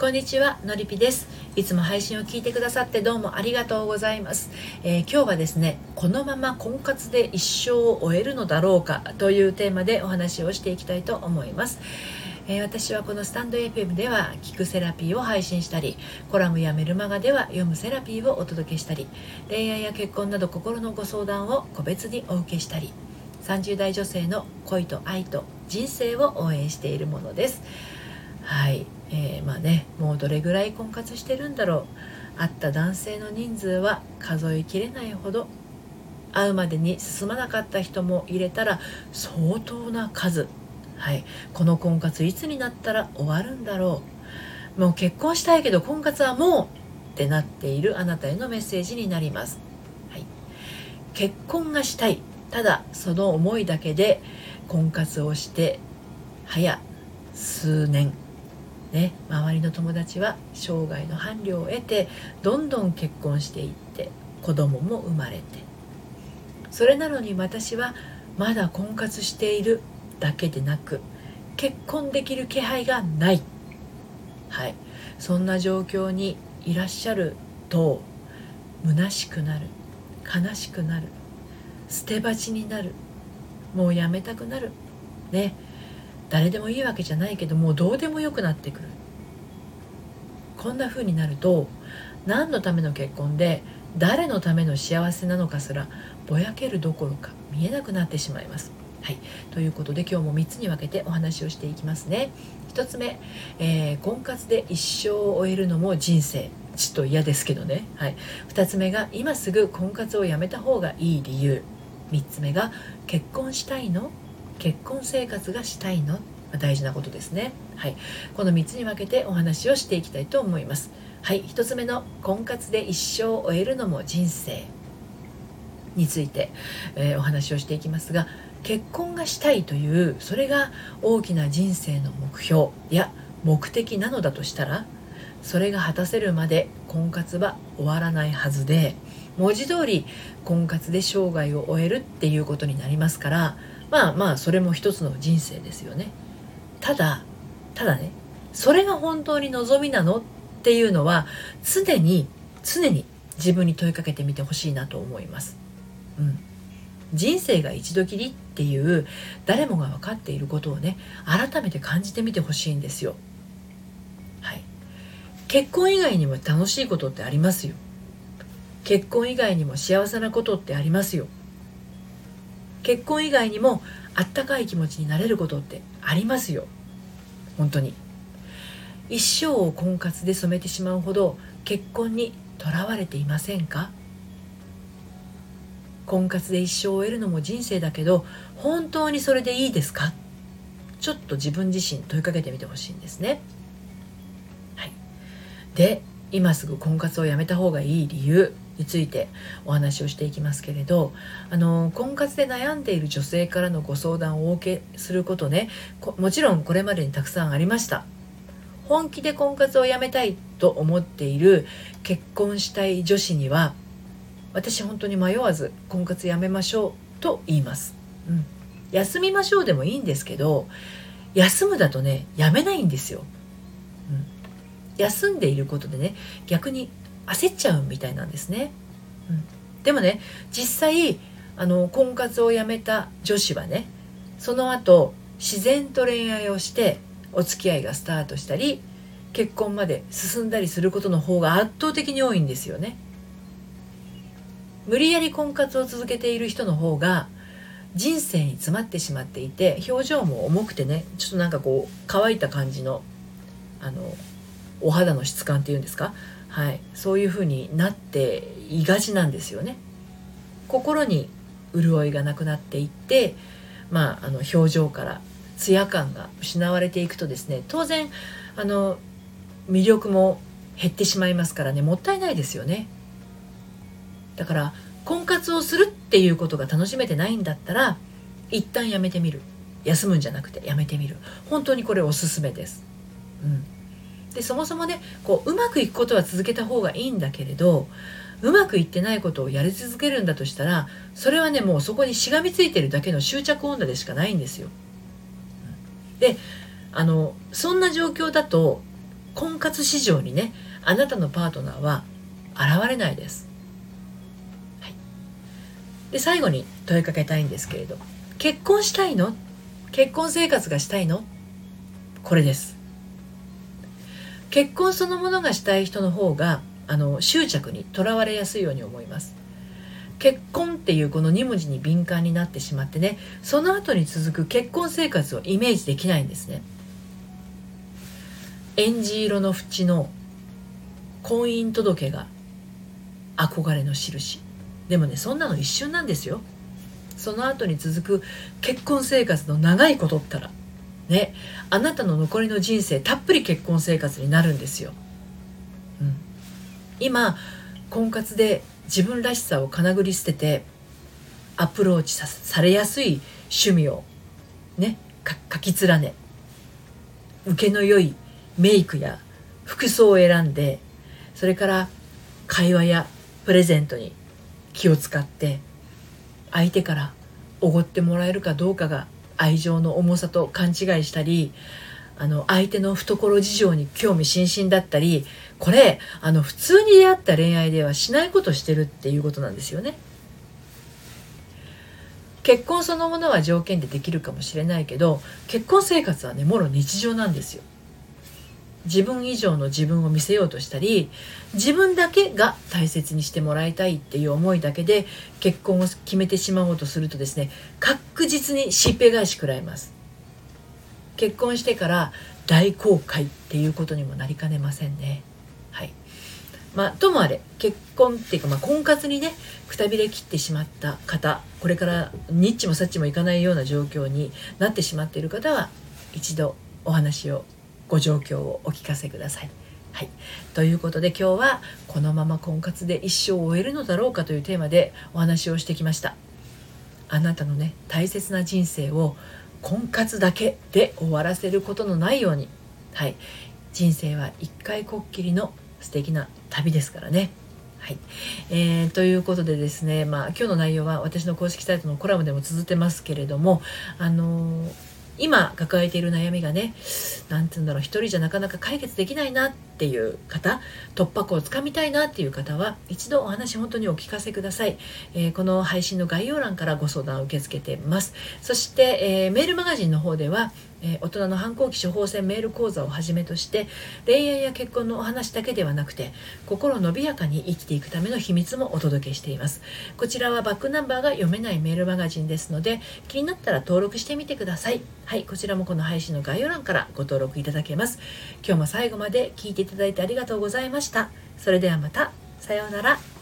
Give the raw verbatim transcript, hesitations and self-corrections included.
こんにちは、のりぴです。いつも配信を聞いてくださってどうもありがとうございます。えー、今日はですね、このまま婚活で一生を終えるのだろうかというテーマでお話をしていきたいと思います。えー、私はこのスタンド エフエム では聞くセラピーを配信したり、コラムやメルマガでは読むセラピーをお届けしたり、恋愛や結婚など心のご相談を個別にお受けしたり、さんじゅう代女性の恋と愛と人生を応援しているものです。はい、えー、まあね、もうどれぐらい婚活してるんだろう。会った男性の人数は数えきれないほど、会うまでに進まなかった人も入れたら相当な数。はい、この婚活いつになったら終わるんだろう。もう結婚したいけど婚活はもうってなっているあなたへのメッセージになります。はい、結婚がしたい、ただその思いだけで婚活をして早数年ね、周りの友達は生涯の伴侶を得てどんどん結婚していって子供も生まれて、それなのに私はまだ婚活しているだけでなく結婚できる気配がない、はい、そんな状況にいらっしゃると虚しくなる、悲しくなる、捨て鉢になる、もうやめたくなるね。誰でもいいわけじゃないけど、もうどうでもよくなってくる。こんな風になると、何のための結婚で誰のための幸せなのかすらぼやけるどころか見えなくなってしまいます。はい、ということで今日もみっつに分けてお話をしていきますね。ひとつめ、えー、婚活で一生を終えるのも人生、ちょっと嫌ですけどね。はい、ふたつめが今すぐ婚活をやめた方がいい理由。みっつめが結婚したいの？結婚生活がしたいの？大事なことですね。はい、このみっつに分けてお話をしていきたいと思います。はい、ひとつめの婚活で一生を終えるのも人生について、えー、お話をしていきますが、結婚がしたいというそれが大きな人生の目標や目的なのだとしたら、それが果たせるまで婚活は終わらないはずで、文字通り婚活で生涯を終えるっていうことになりますから、まあまあそれも一つの人生ですよね。ただただね、それが本当に望みなのっていうのは常に常に自分に問いかけてみてほしいなと思います。うん、人生が一度きりっていう誰もが分かっていることをね、改めて感じてみてほしいんですよ。はい、結婚以外にも楽しいことってありますよ。結婚以外にも幸せなことってありますよ。結婚以外にもあったかい気持ちになれることってありますよ。本当に一生を婚活で染めてしまうほど結婚にとらわれていませんか？婚活で一生を終えるのも人生だけど、本当にそれでいいですか？ちょっと自分自身問いかけてみてほしいんですね。はい、で、今すぐ婚活をやめた方がいい理由についてお話をしていきますけれど、あの婚活で悩んでいる女性からのご相談をお受けすることね、もちろんこれまでにたくさんありました。本気で婚活をやめたいと思っている結婚したい女子には、私本当に迷わず婚活やめましょうと言います。うん、休みましょうでもいいんですけど、休むだとね、やめないんですよ。うん、休んでいることでね、逆に焦っちゃうみたいなんですね。うん、でもね、実際あの婚活をやめた女子はね、その後自然と恋愛をしてお付き合いがスタートしたり、結婚まで進んだりすることの方が圧倒的に多いんですよね。無理やり婚活を続けている人の方が人生に詰まってしまっていて、表情も重くてね、ちょっとなんかこう乾いた感じのあのお肌の質感っていうんですか、はい、そういう風になっていがちなんですよね。心に潤いがなくなっていって、まあ、あの表情からツヤ感が失われていくとですね、当然あの魅力も減ってしまいますからね、もったいないですよね。だから婚活をするっていうことが楽しめてないんだったら、一旦やめてみる。休むんじゃなくてやめてみる。本当にこれおすすめです。うん、でそもそもね、こううまくいくことは続けた方がいいんだけれど、うまくいってないことをやり続けるんだとしたら、それはね、もうそこにしがみついてるだけの執着女でしかないんですよ。で、あのそんな状況だと婚活市場にね、あなたのパートナーは現れないです、はい、で最後に問いかけたいんですけれど、結婚したいの？結婚生活がしたいの？これです。結婚そのものがしたい人の方があの執着にとらわれやすいように思います。結婚っていうこのに文字に敏感になってしまってね、その後に続く結婚生活をイメージできないんですね。えんじ色の縁の婚姻届が憧れの印でもね、そんなの一瞬なんですよ。その後に続く結婚生活の長いことったらね、あなたの残りの人生たっぷり結婚生活になるんですよ、うん、今婚活で自分らしさをかなぐり捨ててアプローチ さ, されやすい趣味をねか書き連ね、受けの良いメイクや服装を選んで、それから会話やプレゼントに気を使って相手からおごってもらえるかどうかが愛情の重さと勘違いしたり、あの相手の懐事情に興味津々だったり、これあの普通に出会った恋愛ではしないことをしてるっていうことなんですよね。結婚そのものは条件でできるかもしれないけど、結婚生活はねもろ日常なんですよ。自分以上の自分を見せようとしたり、自分だけが大切にしてもらいたいっていう思いだけで結婚を決めてしまおうとするとですね、確実にしっぺ返し食らいます。結婚してから大後悔っていうことにもなりかねませんね。はい。まあ、ともあれ結婚っていうか、まあ、婚活にねくたびれ切ってしまった方、これからニッチもサッチもいかないような状況になってしまっている方は、一度お話をご状況をお聞かせください。はい、ということで今日はこのまま婚活で一生を終えるのだろうかというテーマでお話をしてきました。あなたのね大切な人生を婚活だけで終わらせることのないように、はい、人生は一回こっきりの素敵な旅ですからね。はい、えー、ということでですね、まあ、今日の内容は私の公式サイトのコラムでも綴ってますけれども、あのー、今抱えている悩みがね、なんて言うんだろう、一人じゃなかなか解決できないなっていう方、突破口をつかみたいなっていう方は一度お話本当にお聞かせください。えー、この配信の概要欄からご相談を受け付けています。そして、えー、メールマガジンの方では、えー、大人の反抗期処方箋メール講座をはじめとして、恋愛や結婚のお話だけではなくて、心伸びやかに生きていくための秘密もお届けしています。こちらはバックナンバーが読めないメールマガジンですので、気になったら登録してみてください。はい、こちらもこの配信の概要欄からご登録いただけます。今日も最後まで聞いていただいてありがとうございました。それではまた。さようなら。